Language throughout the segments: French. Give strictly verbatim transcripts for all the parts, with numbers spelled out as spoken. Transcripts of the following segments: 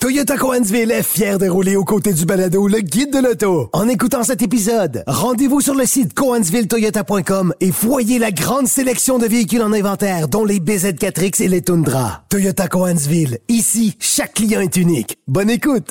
Toyota Cohensville est fier de rouler aux côtés du balado Le Guide de l'auto. En écoutant cet épisode, rendez-vous sur le site cohensville toyota point com et voyez la grande sélection de véhicules en inventaire, dont les B Z quatre X et les Tundra. Toyota Cohensville. Ici, chaque client est unique. Bonne écoute!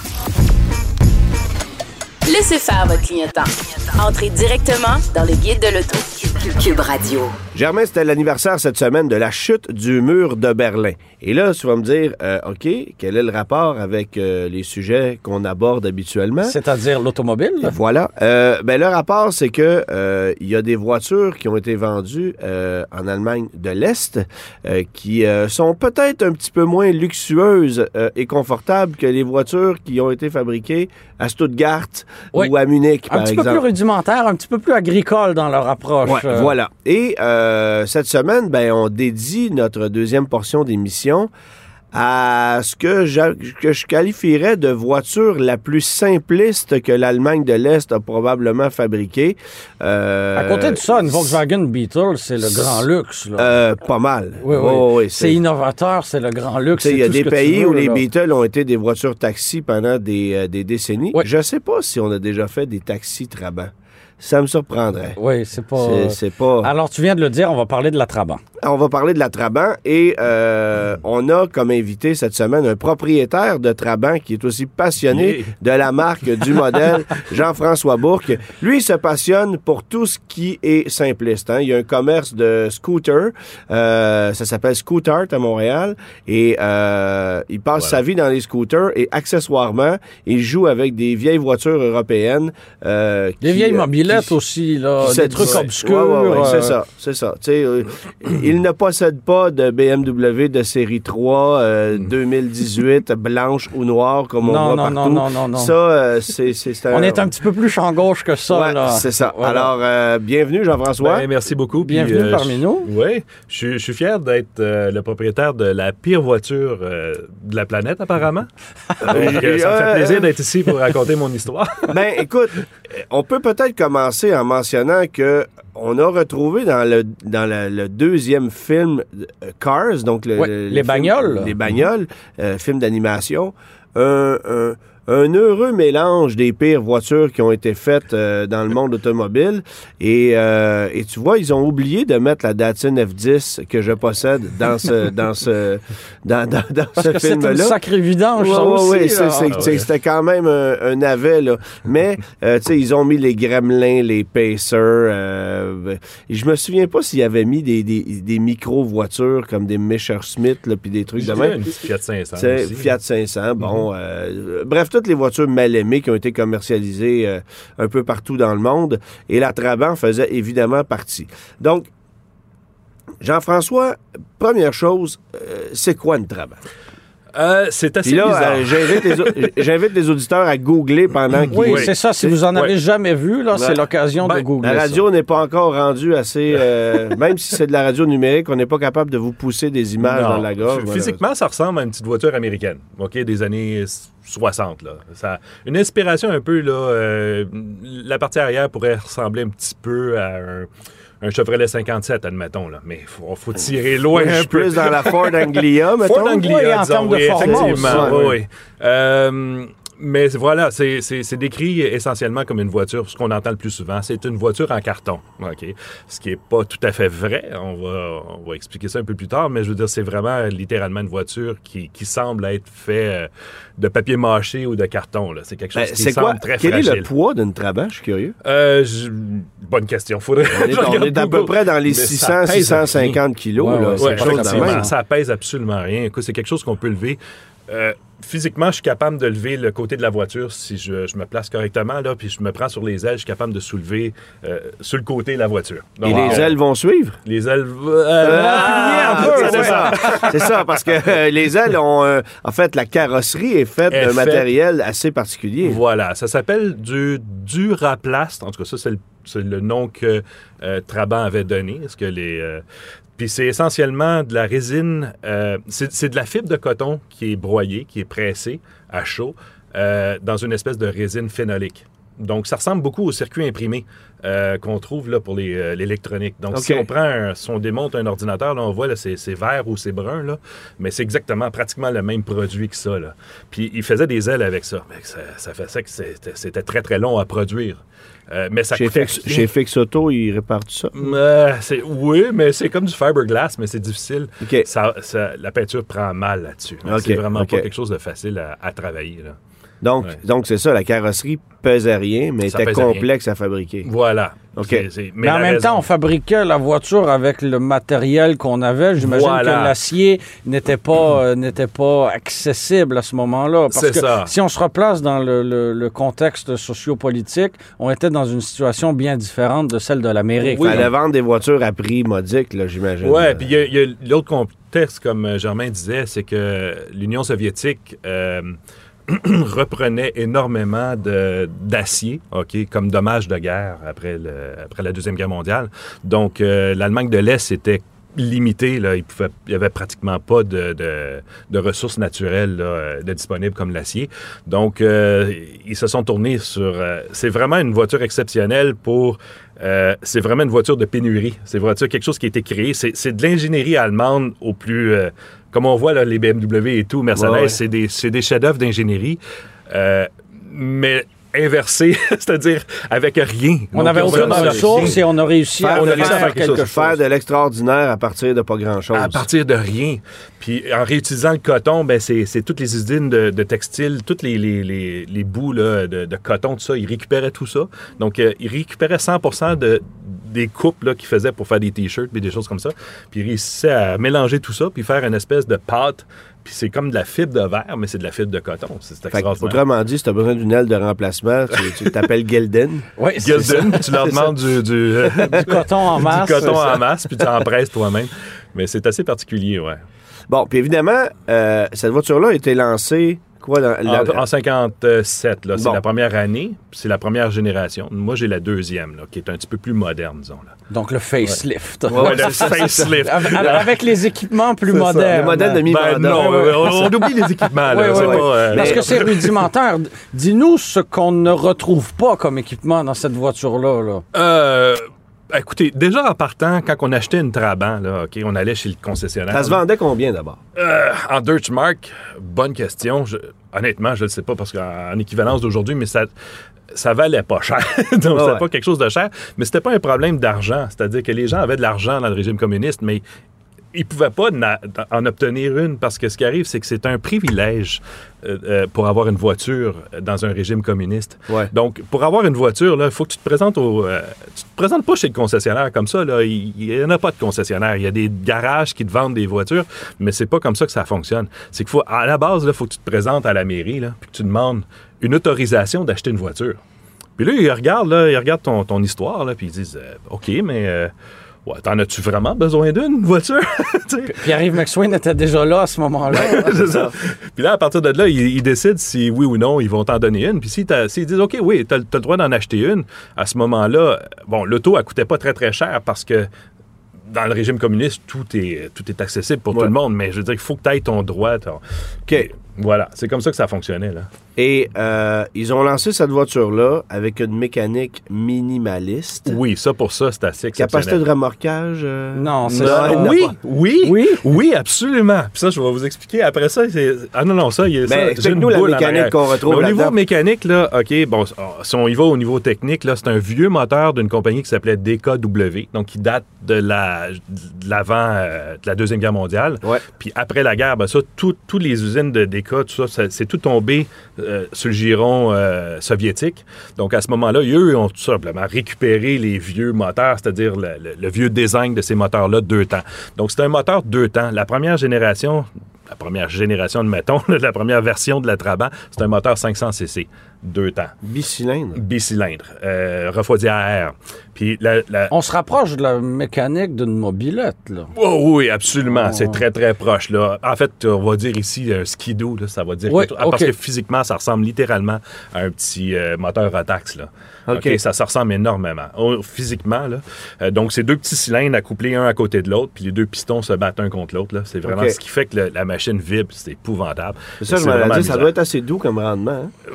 Laissez faire votre clientèle. Entrez directement dans le Guide de l'auto. Cube Radio. Germain, c'était l'anniversaire cette semaine de la chute du mur de Berlin. Et là, tu vas me dire, euh, OK, quel est le rapport avec euh, les sujets qu'on aborde habituellement? C'est-à-dire l'automobile? Voilà. Euh, ben, le rapport, c'est que euh, il y a des voitures qui ont été vendues euh, en Allemagne de l'Est euh, qui euh, sont peut-être un petit peu moins luxueuses euh, et confortables que les voitures qui ont été fabriquées à Stuttgart oui. ou à Munich, par exemple. Un petit exemple. peu plus rudimentaire, un petit peu plus agricole dans leur approche. Ouais, euh... Voilà. Et euh, cette semaine, ben, on dédie notre deuxième portion d'émission à ce que je, que je qualifierais de voiture la plus simpliste que l'Allemagne de l'Est a probablement fabriquée. Euh, à côté de ça, une Volkswagen Beetle, c'est le grand luxe. Là. Euh, pas mal. Oui, oui. Oh, oui c'est... c'est innovateur, c'est le grand luxe. Il y a des pays veux, où les là. Beetles ont été des voitures taxis pendant des, euh, des décennies. Oui. Je ne sais pas si on a déjà fait des taxis Trabant. Ça me surprendrait. Oui, c'est pas... C'est, c'est pas... Alors, tu viens de le dire, on va parler de la Trabant. On va parler de la Trabant et euh, on a comme invité cette semaine un propriétaire de Trabant qui est aussi passionné yeah. de la marque, du modèle, Jean-François Bourque. Lui, il se passionne pour tout ce qui est simpliste. Hein. Il y a un commerce de scooters, euh, ça s'appelle Scootart à Montréal et euh, il passe voilà. sa vie dans les scooters et accessoirement, il joue avec des vieilles voitures européennes. Euh, des qui, vieilles euh, mobilettes qui, aussi, là, qui des trucs obscurs. Ouais, ouais, ouais, euh... c'est ça, c'est ça. Tu sais, euh, il ne possède pas de B M W de série trois euh, deux mille dix-huit, blanche ou noire, comme on non, voit non, partout. Non, non, non, non. Ça, euh, c'est, c'est, c'est un... On est un petit peu plus champ gauche que ça, ouais, là. c'est ça. Voilà. Alors, euh, bienvenue, Jean-François. Ben, merci beaucoup. Bienvenue puis, euh, parmi nous. Oui, je, je suis fier d'être euh, le propriétaire de la pire voiture euh, de la planète, apparemment. Donc, euh, ça me fait plaisir d'être ici pour raconter mon histoire. Ben, écoute, on peut peut-être commencer en mentionnant que on a retrouvé dans le dans le, le deuxième film Cars, donc le, ouais, le, les film, bagnoles, les bagnoles, euh, film d'animation, un, un un heureux mélange des pires voitures qui ont été faites euh, dans le monde automobile. Et, euh, et tu vois, ils ont oublié de mettre la Datsun F dix que je possède dans ce dans ce dans, dans, dans Parce ce que film-là. C'est une sacrée vidange, ouais, ça ouais, aussi. Oui, c'est, c'est, ah, c'est, ouais. C'était quand même un, un navet, là. Mais, euh, tu sais, ils ont mis les Gremlins, les Pacers. Euh, et je me souviens pas s'ils avaient mis des, des, des micro-voitures comme des Messerschmitt, là, puis des trucs de même. Fiat cinq cents. Aussi. Fiat cinq cents, bon. Mm-hmm. Euh, bref, toutes les voitures mal aimées qui ont été commercialisées euh, un peu partout dans le monde. Et la Trabant faisait évidemment partie. Donc, Jean-François, première chose, euh, c'est quoi une Trabant? Euh, c'est assez Puis là, bizarre. Euh, j'invite, les, j'invite les auditeurs à googler pendant qu'ils... Oui, c'est ça. Si c'est, vous en avez ouais. jamais vu, là, c'est ouais. l'occasion ben, de googler La radio ça. n'est pas encore rendue assez... Euh, même si c'est de la radio numérique, on n'est pas capable de vous pousser des images non, dans la gorge. Physiquement, ça ressemble à une petite voiture américaine, OK, des années soixante. Là. Ça, une inspiration un peu, là, euh, la partie arrière pourrait ressembler un petit peu à un... un Chevrolet cinquante-sept, admettons, là. Mais il faut, faut tirer loin oui, un peu. Plus dans la Ford Anglia, mettons. Ford Anglia, oui, en disons, termes de oui, format effectivement. aussi. Oui, oui. Euh, mais voilà, c'est, c'est, c'est décrit essentiellement comme une voiture, ce qu'on entend le plus souvent, c'est une voiture en carton, OK? Ce qui n'est pas tout à fait vrai, on va, on va expliquer ça un peu plus tard, mais je veux dire, c'est vraiment littéralement une voiture qui, qui semble être faite de papier mâché ou de carton, là. C'est quelque chose ben, qui semble quoi? Très Quel fragile. Quel est le poids d'une Trabant? Je suis curieux. Euh, je... Bonne question. Faudrait on est, on est à peu près dans les six cents à six cent cinquante kilos. Ouais, là. ouais, c'est ouais, effectivement. Ça pèse absolument rien. Écoute, c'est quelque chose qu'on peut lever. Euh, physiquement, je suis capable de lever le côté de la voiture si je, je me place correctement, là, puis je me prends sur les ailes, je suis capable de soulever euh, sur le côté de la voiture. Donc, et wow. les ailes vont suivre? Les ailes... Euh, ah, un peu, c'est ça. C'est ça, parce que euh, les ailes ont... Euh, en fait, la carrosserie est faite est d'un fait... matériel assez particulier. Voilà, ça s'appelle du Duraplast. En tout cas, ça, c'est le, c'est le nom que euh, Trabant avait donné. Est-ce que les... Euh, Puis c'est essentiellement de la résine, euh, c'est, c'est de la fibre de coton qui est broyée, qui est pressée à chaud, euh, dans une espèce de résine phénolique. Donc, ça ressemble beaucoup au circuit imprimé euh, qu'on trouve là, pour les, euh, l'électronique. Donc, okay. si on prend un, si on démonte un ordinateur, là, on voit là, c'est, c'est vert ou c'est brun, là, mais c'est exactement, pratiquement le même produit que ça. Là. Puis, il faisait des ailes avec ça. Mais ça, ça faisait que c'était, c'était très, très long à produire. Euh, mais ça chez, Fix, chez Fix Auto, ils réparent tout ça? Euh, c'est, oui, mais c'est comme du fiberglass, mais c'est difficile. Okay. Ça, ça, la peinture prend mal là-dessus. Okay. C'est vraiment okay. pas quelque chose de facile à, à travailler. Là. Donc, ouais. donc, c'est ça, la carrosserie pesait rien, mais ça était complexe rien. À fabriquer. Voilà. Okay. C'est, c'est, mais, mais en même raison... temps, on fabriquait la voiture avec le matériel qu'on avait. J'imagine voilà. que l'acier n'était pas, euh, n'était pas accessible à ce moment-là. Parce c'est que ça. Si on se replace dans le, le, le contexte sociopolitique, on était dans une situation bien différente de celle de l'Amérique. Oui, fallait vendre des voitures à prix modique, là, j'imagine. Oui, puis il y, y a l'autre contexte, comme Germain disait, c'est que l'Union soviétique... Euh, reprenait énormément de, d'acier, OK, comme dommage de guerre après, le, après la Deuxième Guerre mondiale. Donc, euh, l'Allemagne de l'Est était limitée. Là. Il n'y avait pratiquement pas de, de, de ressources naturelles là, de disponibles comme l'acier. Donc, euh, ils se sont tournés sur... Euh, c'est vraiment une voiture exceptionnelle pour... Euh, c'est vraiment une voiture de pénurie. C'est une voiture, quelque chose qui a été créé. C'est, c'est de l'ingénierie allemande au plus... Euh, comme on voit, là, les B M W et tout, Mercedes, ouais, ouais. C'est, des, c'est des chefs-d'œuvre d'ingénierie, euh, mais inversés, c'est-à-dire avec rien. On Donc, avait aucune ressource et on a réussi faire, à, on a réussi faire, à faire quelque chose. Faire de l'extraordinaire à partir de pas grand-chose. À partir de rien. Puis en réutilisant le coton, ben c'est, c'est toutes les usines de, de textiles, tous les, les, les, les bouts là, de, de coton, tout ça, ils récupéraient tout ça. Donc, euh, ils récupéraient cent pour cent de... des coupes là, qu'ils faisaient pour faire des t-shirts et des choses comme ça. Puis ils réussissaient à mélanger tout ça puis faire une espèce de pâte. Puis c'est comme de la fibre de verre, mais c'est de la fibre de coton. C'est extraordinaire. Autrement dit, si tu as besoin d'une aile de remplacement, tu, tu t'appelles Gildan. Oui, Gildan, puis tu leur demandes du, du, euh, du coton en masse. Du coton en masse, puis tu en presses toi-même. Mais c'est assez particulier, ouais. Bon, puis évidemment, euh, cette voiture-là a été lancée... Quoi, dans, la... en, en cinquante-sept, là, c'est bon. la première année, c'est la première génération. Moi, j'ai la deuxième, là, qui est un petit peu plus moderne, disons. Là. Donc, le facelift. Ouais, ouais, le facelift. Avec les équipements plus c'est modernes. Le modèle de mi-mandat. Ben, non, ouais, ouais. On, on oublie les équipements. Là, ouais, c'est ouais, pas, ouais. euh... Parce que c'est rudimentaire. Dis-nous ce qu'on ne retrouve pas comme équipement dans cette voiture-là. Là. Euh... Écoutez, déjà en partant, quand on achetait une Trabant, là, OK, on allait chez le concessionnaire. Ça se vendait combien d'abord? Euh, en Deutschmark, bonne question. Je, honnêtement, je ne sais pas parce qu'en équivalence d'aujourd'hui, mais ça ça valait pas cher. Donc, oh c'était ouais. pas quelque chose de cher. Mais c'était pas un problème d'argent. C'est-à-dire que les gens avaient de l'argent dans le régime communiste, mais ils ne pouvaient pas na- en obtenir une parce que ce qui arrive, c'est que c'est un privilège euh, euh, pour avoir une voiture dans un régime communiste. Ouais. Donc, pour avoir une voiture, il faut que tu te présentes au... Euh, tu te présentes pas chez le concessionnaire comme ça. Là. Il n'y en a pas de concessionnaire. Il y a des garages qui te vendent des voitures, mais c'est pas comme ça que ça fonctionne. C'est qu'il faut, à la base, il faut que tu te présentes à la mairie là, puis que tu demandes une autorisation d'acheter une voiture. Puis là, ils regardent, là, ils regardent ton, ton histoire, là, puis ils disent euh, « OK, mais... Euh, Ouais, t'en as-tu vraiment besoin d'une voiture? Pierre-Yves McSwain était déjà là à ce moment-là. C'est ça. Puis là, à partir de là, ils, ils décident si oui ou non, ils vont t'en donner une. Puis si s'ils disent, OK, oui, t'as, t'as le droit d'en acheter une, à ce moment-là, bon, l'auto, elle coûtait pas très, très cher parce que dans le régime communiste, tout est, tout est accessible pour ouais. tout le monde. Mais je veux dire, il faut que tu aies ton droit. Ton... OK. Voilà, c'est comme ça que ça fonctionnait, là. Et euh, ils ont lancé cette voiture-là avec une mécanique minimaliste. Oui, ça pour ça, c'est assez exceptionnel. Capacité de remorquage? Euh... Non, c'est non, ça. Oui, oui, oui, oui, absolument. Puis ça, je vais vous expliquer. Après ça, c'est... Ah non, non, ça, il y a ça. Explique-nous la mécanique qu'on retrouve Mais au là-dedans. niveau mécanique, là, OK, bon, si on y va au niveau technique, là, c'est un vieux moteur d'une compagnie qui s'appelait D K W, donc qui date de, la, de l'avant euh, de la Deuxième Guerre mondiale. Ouais. Puis après la guerre, ben ça, toutes tout les usines de D K, tout ça, ça c'est tout tombé euh, sur le giron euh, soviétique. Donc, à ce moment-là, eux ont tout simplement récupéré les vieux moteurs, c'est-à-dire le, le, le vieux design de ces moteurs-là deux temps. Donc, c'est un moteur deux temps. La première génération, la première génération, admettons, la première version de la Trabant, c'est un moteur cinq cents cc, deux temps. Bicylindre? Bicylindre, euh, refroidi à air. Puis la, la... On se rapproche de la mécanique d'une mobilette, là. Oh, oui, absolument. Oh. C'est très, très proche, là. En fait, on va dire ici un skidoo, là, ça va dire... Oui, que... okay. Parce que physiquement, ça ressemble littéralement à un petit euh, moteur Rotax, là. OK. Okay, ça se ressemble énormément. Oh, physiquement, là. Euh, donc, c'est deux petits cylindres accouplés un à côté de l'autre, puis les deux pistons se battent un contre l'autre, là. C'est vraiment okay. ce qui fait que le, la machine vibre. C'est épouvantable. C'est ça, je me dit, ça doit être assez doux comme rendement. Hein? Ben,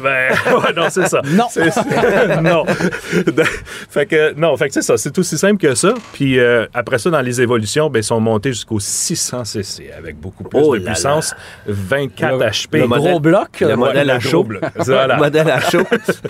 ouais, non, c'est ça. Non. C'est, c'est, non. fait que, non, fait que c'est ça. C'est aussi simple que ça. Puis euh, après ça, dans les évolutions, ben, ils sont montés jusqu'au six cents cc avec beaucoup plus oh de puissance. Là. vingt-quatre le, H P. Le gros modèle, bloc. Le modèle ouais, à chaud. Voilà. Le modèle à chaud.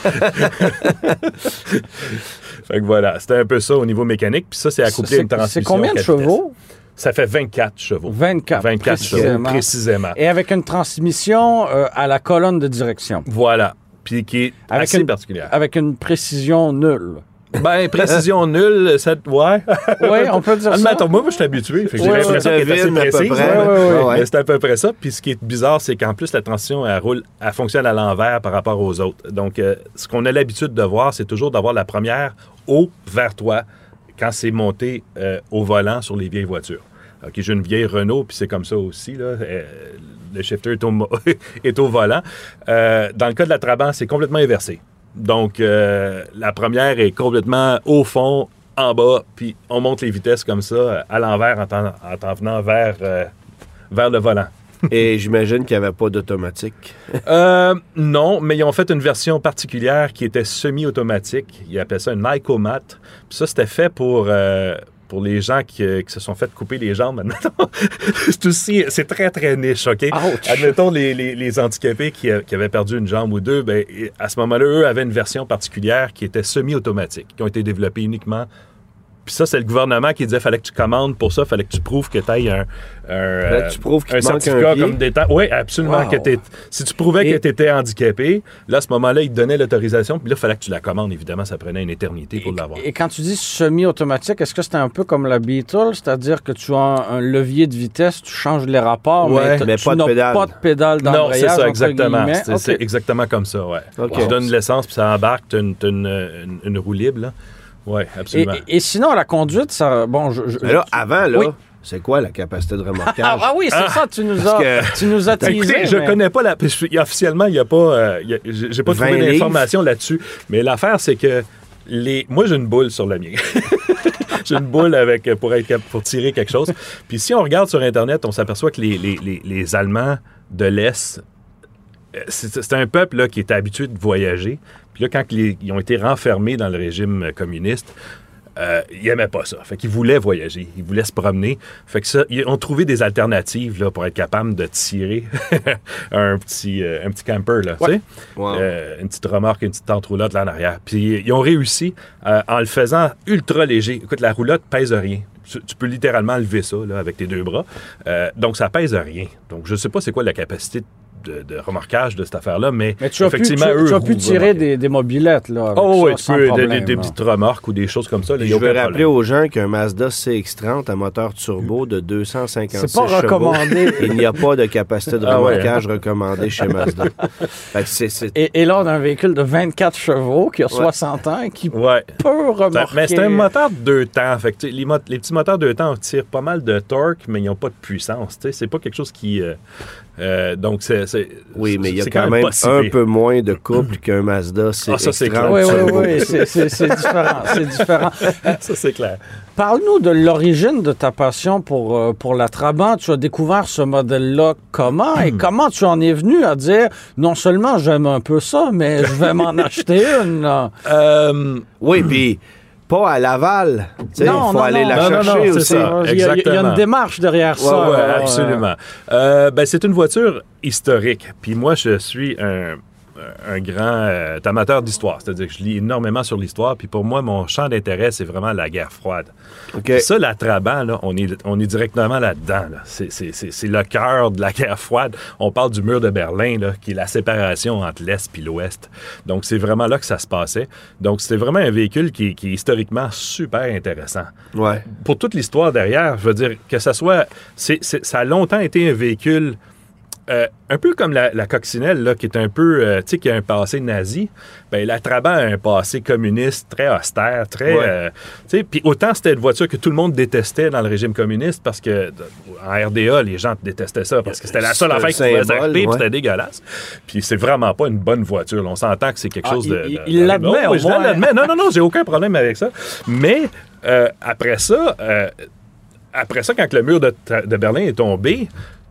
Fait que voilà, c'était un peu ça au niveau mécanique. Puis ça, c'est accouplé à une transmission. C'est combien de chevaux? Ça fait vingt-quatre chevaux. vingt-quatre. vingt-quatre précisément. chevaux, précisément. Et avec une transmission euh, à la colonne de direction. Voilà. Puis qui est avec assez une, particulière. Avec une précision nulle. Ben, précision nulle, ça... Ouais. Oui, on peut dire Admettons, ça. moi, je suis habitué. Fait que Ouais, j'ai l'impression ouais, qu'elle est assez devine à peu précise. près. Ouais, Ouais, ouais, ouais. Mais c'est à peu près ça. Puis ce qui est bizarre, c'est qu'en plus, la transition, elle roule, elle fonctionne à l'envers par rapport aux autres. Donc, euh, ce qu'on a l'habitude de voir, c'est toujours d'avoir la première haut vers toi quand c'est monté euh, au volant sur les vieilles voitures. OK, j'ai une vieille Renault, puis c'est comme ça aussi, là. Euh, le shifter est au, est au volant. Euh, dans le cas de la Trabant, c'est complètement inversé. Donc, euh, la première est complètement au fond, en bas, puis on monte les vitesses comme ça, à l'envers, en t'en, en t'en venant vers, euh, vers le volant. Et j'imagine qu'il n'y avait pas d'automatique. euh, non, mais ils ont fait une version particulière qui était semi-automatique. Ils appellent ça un Icomat. Puis ça, c'était fait pour... Euh, pour les gens qui, euh, qui se sont fait couper les jambes, admettons. c'est aussi, c'est très, très niche, OK? Ouch. Admettons, les, les, les handicapés qui, qui avaient perdu une jambe ou deux, ben, à ce moment-là, eux avaient une version particulière qui était semi-automatique, qui ont été développées uniquement. Puis ça, c'est le gouvernement qui disait fallait que tu commandes pour ça, fallait que tu prouves que tu ailles un, un, Là, tu prouves qu'il un te manque certificat un pied? comme détente. Oui, absolument. Wow. Que t'es, si tu prouvais Et- que tu étais handicapé, là, à ce moment-là, ils te donnaient l'autorisation, puis là, il fallait que tu la commandes. Évidemment, ça prenait une éternité pour l'avoir. Et quand tu dis semi-automatique, est-ce que c'était un peu comme la Beetle? C'est-à-dire que tu as un, un levier de vitesse, tu changes les rapports, Ouais, mais, t- mais tu pas de n'as pédale. pas de pédale Non, d'embrayage. c'est ça, entre exactement. guillemets. C'est, OK. c'est exactement comme ça, ouais. OK. Tu donnes l'essence, puis ça embarque, tu as une, t'as une, une, une roue libre, là. Oui, Et, absolument. et- et sinon, la conduite, ça... Bon, je... je- Mais là, avant, là, Oui. c'est quoi la capacité de remorquage? Ah, ah oui, c'est Ah. ça, tu nous as, que- tu nous as Ben, teasé, écoutez, je mais- connais pas la. parce que officiellement, il n'y a pas. euh, il y a- j'ai j'ai pas vingt trouvé livres. d'informations là-dessus. Mais l'affaire, c'est que les. Moi, j'ai une boule sur la mienne. J'ai une boule avec, pour, être, cap- pour tirer quelque chose. Puis si on regarde sur Internet, on s'aperçoit que les, les, les, les Allemands de l'Est, euh, c'est, c'est un peuple là, qui était habitué de voyager. Puis là, quand les- ils ont été renfermés dans le régime communiste, Euh, ils n'aimaient pas ça. Fait qu'ils voulaient voyager. Ils voulaient se promener. Fait que ça, ils ont trouvé des alternatives là, pour être capables de tirer un petit, euh, un petit camper, là, tu sais. Wow. Euh, une petite remorque, une petite tente roulotte là en arrière. Puis ils ont réussi euh, en le faisant ultra léger. Écoute, la roulotte pèse rien. Tu, tu peux littéralement lever ça là, avec tes deux bras. Euh, donc, ça pèse rien. Donc, je ne sais pas c'est quoi la capacité de, de remorquage de cette affaire-là, mais, Mais tu as pu, tu, effectivement, eux tu as pu roulent tirer vraiment. des, des mobilettes, là. avec Oh, ça, oui, tu sans peux, des- problème, des, des là. petites remorques ou des choses comme ça. Là, y a Je vais aucun rappeler problème. aux gens qu'un Mazda C X trente à moteur turbo de deux cent cinquante-six C'est pas chevaux, recommandé. il n'y a pas de capacité de Ah ouais. remorquage recommandée chez Mazda. Fait que c'est, c'est- Et, et là, on a un véhicule de vingt-quatre chevaux qui a soixante ans et qui Ouais. peut remorquer. Mais c'est un moteur de deux temps. Fait que, tu sais, les, mo- les petits moteurs de deux temps tirent pas mal de torque, mais ils n'ont pas de puissance. Tu sais, c'est pas quelque chose qui. euh, euh, donc, c'est. c'est oui, mais il y a c'est quand même pas si un pire. peu moins de couple qu'un Mazda C X trente. Ah, ça, c'est clair. Oui, oui, turbo. oui, c'est, c'est- c'est différent. C'est différent. Ça, c'est clair. Parle-nous de l'origine de ta passion pour, euh, pour la Trabant. Tu as découvert ce modèle-là comment et comment tu en es venu à dire non seulement j'aime un peu ça, mais je vais m'en acheter une. là. Euh, Oui, puis pas à Laval. Tu sais, il Non, faut non, aller non. la Non, non, chercher non, c'est aussi. ça. Il y, a, il y a exactement. une démarche derrière Ouais, ça. ouais, là. absolument. Euh, ben, c'est une voiture historique. Puis moi, je suis un, un grand euh, amateur d'histoire. C'est-à-dire que je lis énormément sur l'histoire. Puis pour moi, mon champ d'intérêt, c'est vraiment la guerre froide. OK. Puis ça, la Trabant, là, on, est, on est directement là-dedans. Là. C'est, c'est, c'est, c'est le cœur de la guerre froide. On parle du mur de Berlin, là, qui est la séparation entre l'Est et l'Ouest. Donc, c'est vraiment là que ça se passait. Donc, c'est vraiment un véhicule qui, qui est historiquement super intéressant. Ouais. Pour toute l'histoire derrière, je veux dire, que ça soit... c'est, c'est, ça a longtemps été un véhicule... Euh, un peu comme la, la coccinelle, là, qui est un peu, euh, tu sais, qui a un passé nazi, ben la Trabant a un passé communiste très austère, très, Ouais. euh, tu sais, puis autant c'était une voiture que tout le monde détestait dans le régime communiste parce que en R D A, les gens détestaient ça parce que c'était la seule C'est un affaire qui pouvait symbole, s'acheter, puis ouais. c'était dégueulasse. Puis c'est vraiment pas une bonne voiture. Là. On s'entend que c'est quelque Ah, chose de... il- de- il de- l'admet, Non, au je moins. l'admets. Non, non, non, j'ai aucun problème avec ça. Mais euh, après ça, euh, après ça, quand le mur de, de Berlin est tombé,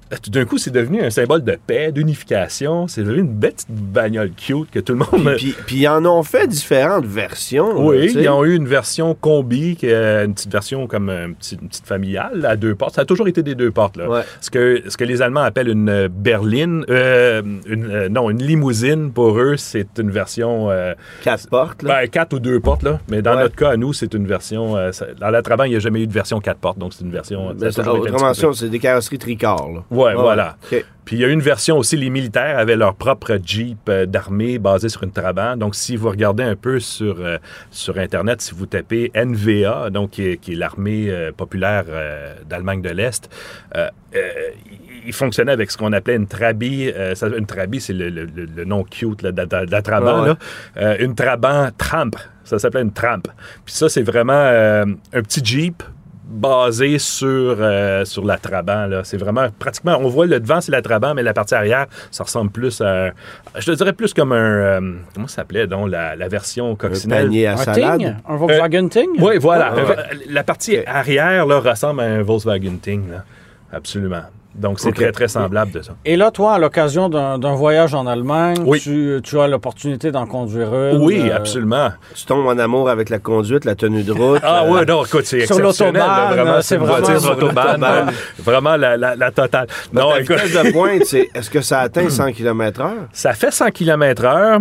tout d'un coup, c'est devenu un symbole de paix, d'unification. C'est devenu une belle petite bagnole cute que tout le monde... Puis, puis ils en ont fait différentes versions. Oui, là, ils ont eu une version combi, qui est une petite version comme une petite, une petite familiale à deux portes. Ça a toujours été des deux portes. Là. Ouais. Ce, que, ce que les Allemands appellent une berline, euh, une, euh, non, une limousine, pour eux, c'est une version... Euh, quatre portes, là. Ben, quatre ou deux portes, là. Mais dans Ouais. notre cas, à nous, c'est une version... Euh, ça, dans la Trabant, il n'y a jamais eu de version quatre portes, donc c'est une version... Mais ça a toujours été un autrement, petit peu- c'est des carrosseries tricorps, là. Ouais, Ah, voilà. OK. Puis il y a une version aussi, les militaires avaient leur propre Jeep euh, d'armée basé sur une Trabant. Donc, si vous regardez un peu sur, euh, sur Internet, si vous tapez N V A, donc qui est, qui est l'armée euh, populaire euh, d'Allemagne de l'Est, euh, euh, il fonctionnait avec ce qu'on appelait une Trabi. Euh, ça, une Trabi, c'est le, le- le- le nom cute là, de, de- de la Trabant. Ah ouais. là. Euh, une Trabant Tramp. Ça s'appelait une Tramp. Puis ça, c'est vraiment euh, un petit Jeep basé sur, euh, sur la Trabant. Là. C'est vraiment pratiquement... On voit le devant, c'est la Trabant, mais la partie arrière, ça ressemble plus à... un- je te dirais plus comme un... euh, comment ça s'appelait, donc, la, la version Un coccinelle? panier à Un salade. Ting? Un Volkswagen Ting? Oui, voilà. Ah, ouais. Euh, La partie Ok. arrière là, ressemble à un Volkswagen Ting. Là. Absolument. Donc, c'est Ok. très, très semblable de ça. Et là, toi, à l'occasion d'un d'un voyage en Allemagne, Oui. tu, tu as l'opportunité d'en conduire une. Oui, euh, absolument. Tu tombes en amour avec la conduite, la tenue de route. Ah euh, ouais, non, écoute, c'est Sur exceptionnel. là, l'autobahn, vraiment, c'est c'est une vraiment voiture sur autobahn. l'autobahn. là. Vraiment la, la, la totale. Non, Non, ta écoute, vitesse de pointe, c'est est-ce que ça atteint cent kilomètres heure? ça fait cent kilomètres heure.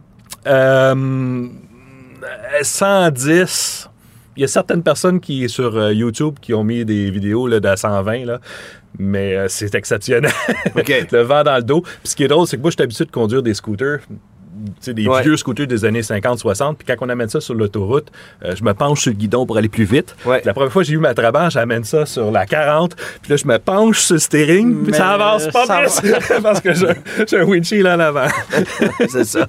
Euh, cent dix. Il y a certaines personnes qui, sur euh, YouTube, qui ont mis des vidéos là, de cent vingt, là, mais euh, c'est exceptionnel. OK. Le vent dans le dos. Puis ce qui est drôle, c'est que moi, je suis habitué de conduire des scooters. Tu sais, des Ouais. vieux scooters des années cinquante soixante. Puis quand on amène ça sur l'autoroute, euh, je me penche sur le guidon pour aller plus vite. Ouais. La première fois que j'ai eu ma Trabant, j'amène ça sur la quarante. Puis là, je me penche sur le steering. Puis Mais ça avance pas ça plus. Parce que j'ai j'ai un windshield en avant. C'est ça.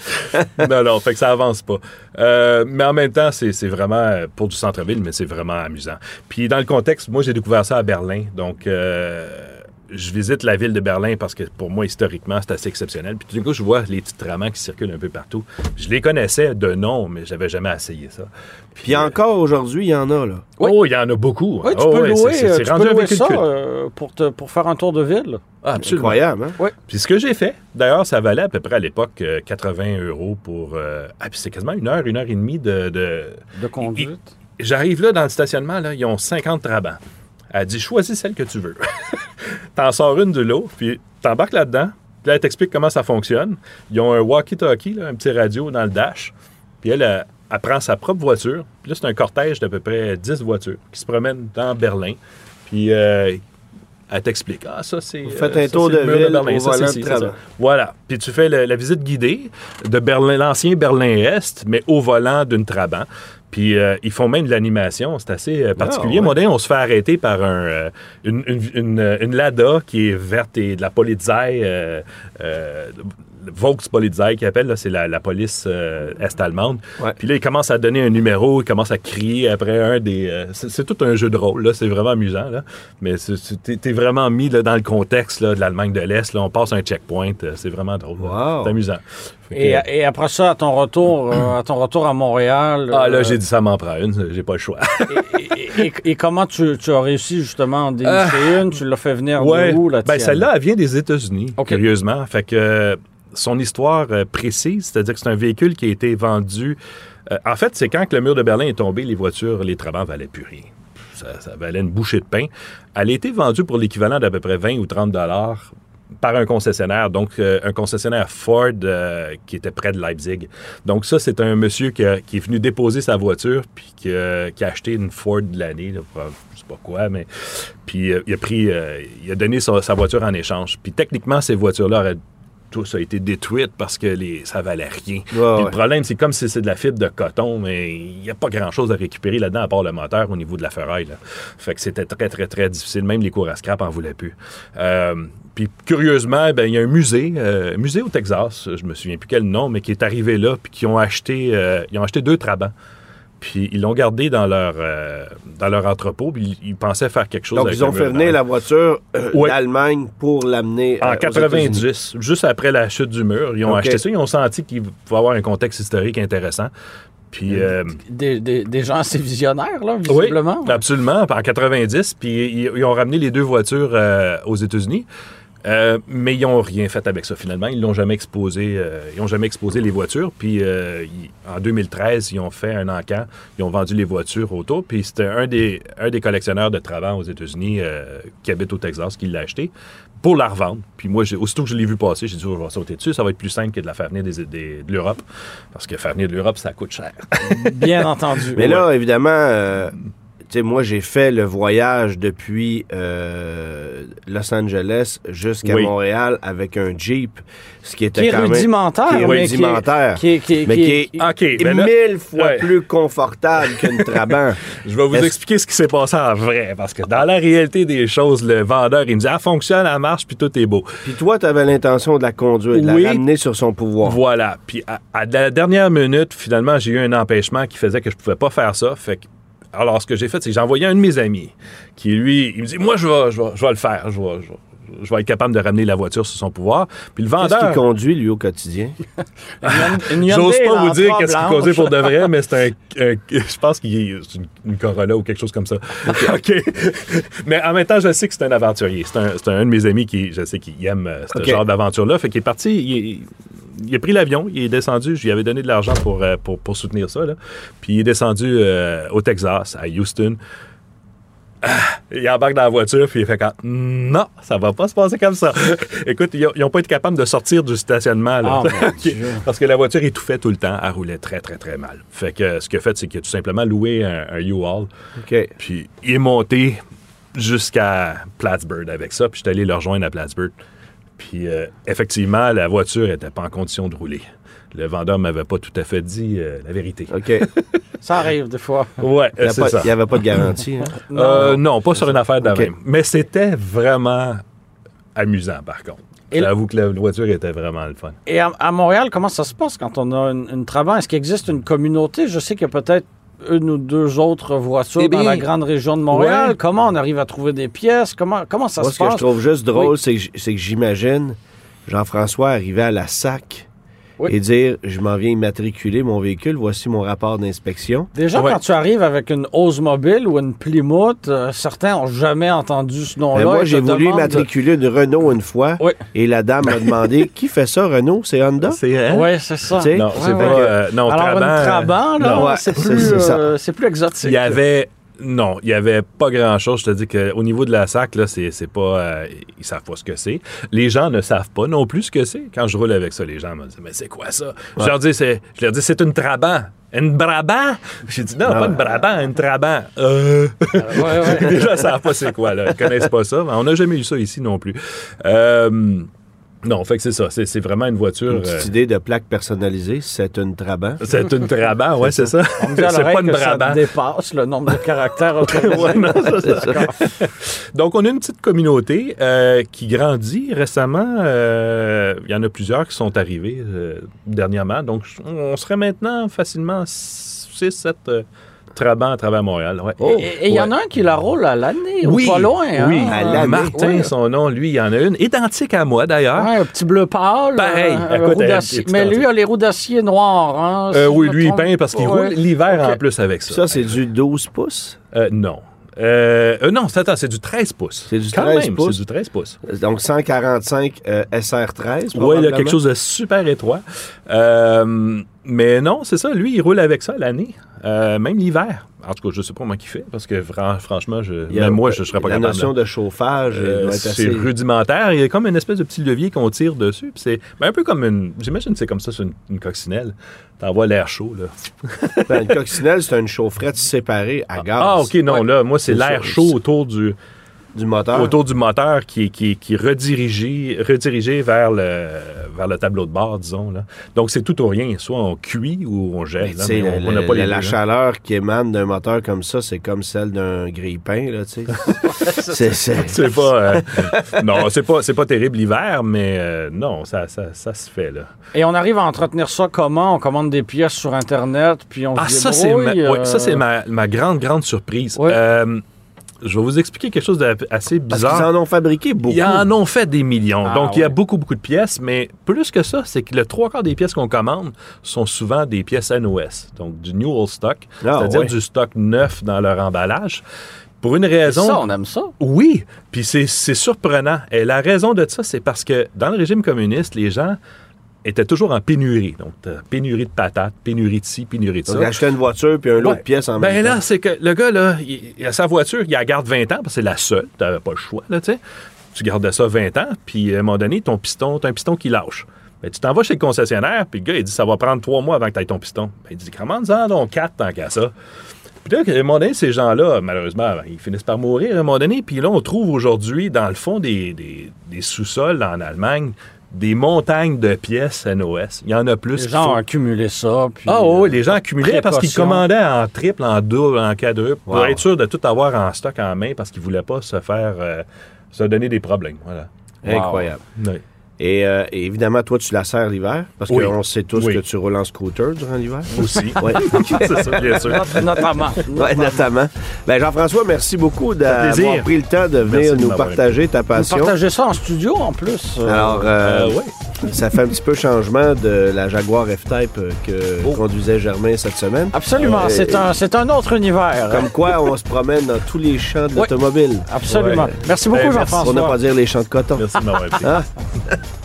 non, non, fait que ça avance pas. Euh, mais en même temps, c'est c'est vraiment euh, pour du centre-ville, mais c'est vraiment amusant. Puis dans le contexte, moi, j'ai découvert ça à Berlin. Donc, euh, je visite la ville de Berlin parce que pour moi, historiquement, c'est assez exceptionnel. Puis tout d'un coup, je vois les petits Trabants qui circulent un peu partout. Je les connaissais de nom, mais j'avais jamais essayé ça. Puis encore aujourd'hui, il y en a, là. Oui. Oh, il y en a beaucoup. Oui, tu Oh, peux ouais, louer, c'est- c'est- c'est tu rendu peux un louer véhicule ça culte. euh, pour, te, pour faire un tour de ville. Ah, absolument. Incroyable, hein? Oui. Puis ce que j'ai fait, d'ailleurs, ça valait à peu près à l'époque euh, quatre-vingts euros pour... euh, ah, puis c'est quasiment une heure, une heure et demie de... de... De conduite. J'arrive là dans le stationnement, là, ils ont cinquante Trabants. Elle dit, choisis celle que tu veux. T'en sors une de l'eau, puis t'embarques là-dedans. Puis là, elle t'explique comment ça fonctionne. Ils ont un walkie-talkie, là, un petit radio dans le dash. Puis elle, elle, elle prend sa propre voiture. Puis là, c'est un cortège d'à peu près dix voitures qui se promènent dans Berlin. Puis euh, elle t'explique, ah, ça, c'est... Vous faites euh, un ça, tour c'est de le mur ville Berlin. au Ça, c'est volant ci, de c'est ça. Trabant. Voilà. Puis tu fais le- la visite guidée de Berlin, l'ancien Berlin-Est, mais au volant d'une Trabant. Puis euh, ils font même de l'animation. C'est assez euh, particulier. Ah, ouais. Moi, d'ailleurs, on se fait arrêter par un, euh, une, une, une, une Lada qui est verte et de la Polizei, euh, euh, Volkspolizei qui appelle, là, c'est la, la police euh, est-allemande. Ouais. Puis là, il commence à donner un numéro, il commence à crier après un des... euh, c'est, c'est tout un jeu de rôle, là. C'est vraiment amusant, là. Mais c'est, c'est- t'es, t'es vraiment mis là, dans le contexte là, de l'Allemagne de l'Est. Là. On passe un checkpoint. euh, C'est vraiment drôle. là. Wow. C'est amusant. Fait que- Et, et après ça, à ton retour, euh, à ton retour à Montréal. ah, là, euh, j'ai dit ça m'en prend une. J'ai pas le choix. et, et- et comment tu, tu as réussi justement à en dénicher une? Tu l'as fait venir Ouais. de où, la Ben, tienne? celle-là, elle vient des États-Unis, OK. curieusement. Fait que euh, son histoire euh, précise, c'est-à-dire que c'est un véhicule qui a été vendu. euh, en fait, c'est quand que le mur de Berlin est tombé, les voitures, les Trabants valaient plus rien. Ça, ça valait une bouchée de pain. Elle a été vendue pour l'équivalent d'à peu près vingt ou trente dollars par un concessionnaire, donc euh, un concessionnaire Ford euh, qui était près de Leipzig. Donc ça, c'est un monsieur qui, a- qui est venu déposer sa voiture puis qui, a- qui a acheté une Ford de l'année, là, pour, je sais pas quoi, mais puis euh, il a pris, euh, il a donné sa, sa voiture en échange. Puis techniquement, ces voitures-là auraient tous a été détruite parce que les, ça valait rien. Puis ouais. le problème, c'est comme si c'est de la fibre de coton, mais il n'y a pas grand-chose à récupérer là-dedans à part le moteur au niveau de la ferraille. Là. Fait que c'était très, très, très difficile. Même les cours à scrap en voulaient plus. Euh, puis curieusement, ben, il y a un musée, euh, musée au Texas, je me souviens plus quel nom, mais qui est arrivé là, puis qui ont acheté, euh, ils ont acheté deux Trabants. Puis ils l'ont gardé dans leur, euh, dans leur entrepôt, puis ils, ils pensaient faire quelque chose Donc, avec ils ont le fait mur de venir Berlin. la voiture euh, Ouais. d'Allemagne pour l'amener euh, En aux quatre-vingt-dix, États-Unis. juste après la chute du mur, ils ont OK. acheté ça. Ils ont senti qu'il va y avoir un contexte historique intéressant. Puis, euh, des, des, des gens assez visionnaires, là, visiblement. Oui, absolument. En quatre-vingt-dix, puis ils, ils ont ramené les deux voitures euh, aux États-Unis. Euh, mais ils n'ont rien fait avec ça, finalement. Ils n'ont jamais exposé euh, ils ont jamais exposé les voitures. Puis euh, ils, en deux mille treize, ils ont fait un encan. Ils ont vendu les voitures autour. Puis c'était un des, un des collectionneurs de Trabant aux États-Unis euh, qui habite au Texas qui l'a acheté pour la revendre. Puis moi, j'ai, aussitôt que je l'ai vu passer, j'ai dit, oh, je vais sauter dessus. Ça va être plus simple que de la faire venir des, des, de l'Europe. Parce que faire venir de l'Europe, ça coûte cher. Bien entendu. Mais là, évidemment... Euh... Tu sais, moi, j'ai fait le voyage depuis euh, Los Angeles jusqu'à oui. Montréal avec un Jeep, ce qui était qui est quand rudimentaire, même... Qui est mais rudimentaire. Qui est, qui est, mais qui qui est, est, okay, est là, mille fois ouais. plus confortable qu'une Trabant. Je vais vous Est-ce... expliquer ce qui s'est passé en vrai, parce que dans la réalité des choses, le vendeur, il me dit « Ah, fonctionne, elle marche, puis tout est beau. » Puis toi, tu avais l'intention de la conduire, de oui. la ramener sur son pouvoir. Voilà. Puis à, à la dernière minute, finalement, j'ai eu un empêchement qui faisait que je pouvais pas faire ça. Fait que alors, ce que j'ai fait, c'est que j'ai envoyé un de mes amis qui, lui, il me dit, moi, je vais, je vais, je vais le faire. Je vais, je, vais, je vais être capable de ramener la voiture sur son pouvoir. Puis le vendeur... Qu'est-ce qu'il conduit, lui, au quotidien? J'ose pas vous dire qu'est-ce qu'il conduit pour de vrai, mais c'est un... un je pense qu'il est c'est une, une Corolla ou quelque chose comme ça. OK. okay. Mais en même temps, je sais que c'est un aventurier. C'est un, c'est un, un de mes amis qui, je sais qu'il aime ce okay. genre d'aventure-là. Fait qu'il est parti... Il, il a pris l'avion, il est descendu, je lui avais donné de l'argent pour, euh, pour, pour soutenir ça, là. Puis il est descendu euh, au Texas, à Houston. Ah, il embarque dans la voiture, puis il fait quand non, ça va pas se passer comme ça. Écoute, ils n'ont pas été capables de sortir du stationnement, là. Oh, parce que la voiture étouffait tout le temps, elle roulait très, très, très mal. Fait que ce qu'il a fait, c'est qu'il a tout simplement loué un, un U-Haul. Okay. Puis il est monté jusqu'à Plattsburgh avec ça, puis je suis allé le rejoindre à Plattsburgh. Puis, euh, effectivement, la voiture n'était pas en condition de rouler. Le vendeur ne m'avait pas tout à fait dit euh, la vérité. OK. Ça arrive, des fois. Ouais, il c'est ça. Il n'y avait pas de garantie, hein? non, euh, non, pas sur une affaire de okay. même. Mais c'était vraiment amusant, par contre. Et j'avoue que la voiture était vraiment le fun. Et à, à Montréal, comment ça se passe quand on a une, une Trabant? Est-ce qu'il existe une communauté? Je sais qu'il y a peut-être une ou deux autres voitures eh bien, dans la grande région de Montréal. Ouais. Comment on arrive à trouver des pièces? Comment, comment ça Moi, se passe? passe? Ce que je trouve juste drôle, oui. c'est, que, c'est que j'imagine Jean-François arriver à la S A C oui. et dire « Je m'en viens immatriculer mon véhicule, voici mon rapport d'inspection. » Déjà, ouais. quand tu arrives avec une Oldsmobile ou une Plymouth, euh, certains n'ont jamais entendu ce nom-là. Mais moi, j'ai voulu immatriculer une Renault une fois oui. et la dame m'a demandé « Qui fait ça, Renault? C'est Honda? » C'est hein? Oui, c'est ça. T'sais? Non, c'est ouais, pas... Ouais. Euh, non, Alors, Trabant, une Trabant, là, non, ouais, c'est, c'est, plus, c'est, euh, c'est plus exotique. Il y avait... Non, il n'y avait pas grand-chose. Je te dis qu'au niveau de la S A C, là, c'est, c'est pas... Euh, ils savent pas ce que c'est. Les gens ne savent pas non plus ce que c'est. Quand je roule avec ça, les gens me disent « Mais c'est quoi ça? Ouais. » Je leur dis, c'est, je leur dis, c'est une Trabant. Une Brabant? J'ai dit, non, non, pas une Brabant, une Trabant. Euh... ouais, ouais. Les gens ne savent pas c'est quoi, là. Ils ne connaissent pas ça. On n'a jamais eu ça ici non plus. Euh... Non, fait que c'est ça. C'est, c'est vraiment une voiture... Une petite euh... idée de plaque personnalisée, c'est une Trabant. C'est une Trabant, oui, c'est ça. On me dit à c'est pas une que Brabant. Ça dépasse le nombre de caractères autorisés. ouais, non, ça, c'est ça. Donc, on a une petite communauté euh, qui grandit récemment. Euh, il y en a plusieurs qui sont arrivés euh, dernièrement. Donc, on serait maintenant facilement six sept... Euh, Trabant à travers Montréal. Ouais. Oh, et il y ouais. en a un qui la roule à l'année, oui, ou pas loin. Hein? Oui, à l'année. Martin, oui. son nom, lui, il y en a une. Identique à moi, d'ailleurs. Ouais, un petit bleu pâle. Pareil. Euh, écoute, roue d'acier. Mais lui, il a les roues d'acier noires. Hein, euh, si oui, lui, il peint parce qu'il ouais. roule l'hiver okay. en plus avec ça. Ça, c'est du douze pouces? Euh, non. Euh, euh, non, c'est, attends, c'est du treize pouces. C'est du Quand treize même, pouces. C'est du treize pouces. Donc cent quarante-cinq euh, S R treize. Oui, il y a quelque chose de super étroit. Euh, mais non, c'est ça. Lui, il roule avec ça l'année, euh, même l'hiver. En tout cas, je ne sais pas comment il fait, parce que fran- franchement, je, il y a, même moi, je ne serais pas la capable. La notion de chauffage euh, doit être c'est assez... rudimentaire. Il y a comme une espèce de petit levier qu'on tire dessus. Puis c'est ben, un peu comme une... J'imagine que c'est comme ça sur une, une coccinelle. T'envoies l'air chaud, là. Ben, une coccinelle, c'est une chaufferette séparée à gaz. Ah, OK, non, ouais. là, moi, c'est, c'est l'air ça, chaud autour du... Du moteur. Autour du moteur qui, qui, qui est redirigé, redirigé vers, le, vers le tableau de bord, disons. Là. Donc, c'est tout ou rien. Soit on cuit ou on gèle. Là, mais on, le, on a pas le, les la deux, chaleur là. Qui émane d'un moteur comme ça, c'est comme celle d'un grille-pain. Là, tu sais. c'est, c'est... c'est pas... Euh, non, c'est pas, c'est pas terrible l'hiver, mais euh, non, ça, ça, ça se fait. Là. Et on arrive à entretenir ça comment? On commande des pièces sur Internet, puis on ah, se ça, débrouille. c'est ma, euh... oui, ça, c'est ma, ma grande, grande surprise. Oui. Euh, je vais vous expliquer quelque chose d'assez bizarre. Parce qu'ils en ont fabriqué beaucoup. Ils en ont fait des millions. Ah, Donc, il y a ouais. beaucoup, beaucoup de pièces. Mais plus que ça, c'est que le trois quarts des pièces qu'on commande sont souvent des pièces N O S. Donc, du New Old Stock. Ah, c'est-à-dire ouais. du stock neuf dans leur emballage. Pour une raison... Ça, on aime ça. Oui, puis c'est, c'est surprenant. Et la raison de ça, c'est parce que dans le régime communiste, les gens étaient toujours en pénurie. Donc, euh, pénurie de patates, pénurie de ci, pénurie de ça. Donc, acheter une voiture puis un lot Ouais. de pièces en ben même là, temps. c'est que le gars, là, il, il a sa voiture, il la garde vingt ans, parce que c'est la seule. Tu n'avais pas le choix, là, tu sais. Tu gardais ça vingt ans, puis à un moment donné, ton piston, tu as un piston qui lâche. Ben, tu t'en vas chez le concessionnaire, puis le gars, il dit, ça va prendre trois mois avant que tu aies ton piston. Ben, il dit, commande-en donc quatre tant qu'à ça. Puis là, à un moment donné, ces gens-là, malheureusement, ils finissent par mourir à un moment donné. Puis là, on trouve aujourd'hui, dans le fond des, des, des sous-sols en Allemagne, des montagnes de pièces N O S. Il y en a plus. Les gens qu'il ont faut. accumulé ça. Puis, Ah oui, euh, les gens accumulaient parce qu'ils précaution. commandaient en triple, en double, en quadruple, pour Wow. être sûr de tout avoir en stock en main parce qu'ils ne voulaient pas se faire euh, se donner des problèmes. Voilà. Incroyable. Oui. Et, euh, et évidemment, toi, tu la sers l'hiver, parce Oui. qu'on sait tous Oui. que tu roules en scooter durant l'hiver. Aussi. Oui. C'est ça, bien sûr. not- Notamment. Ouais, notamment. Ben, Jean-François, merci beaucoup d'avoir plaisir. pris le temps de venir Merci de nous m'avoir partager ta Vous passion. partagez ça en studio, en plus. euh, Alors, euh, Euh, ouais. ça fait un petit peu changement de la Jaguar F-Type euh, que Oh. conduisait Germain cette semaine. Absolument. Euh, c'est un, c'est un autre univers. Comme quoi, on se promène dans tous les champs de Ouais. l'automobile. Absolument. Ouais. Merci beaucoup, Ben, merci. Jean-François. Pour ne pas dire les champs de coton. Merci de m'avoir invité. Hein?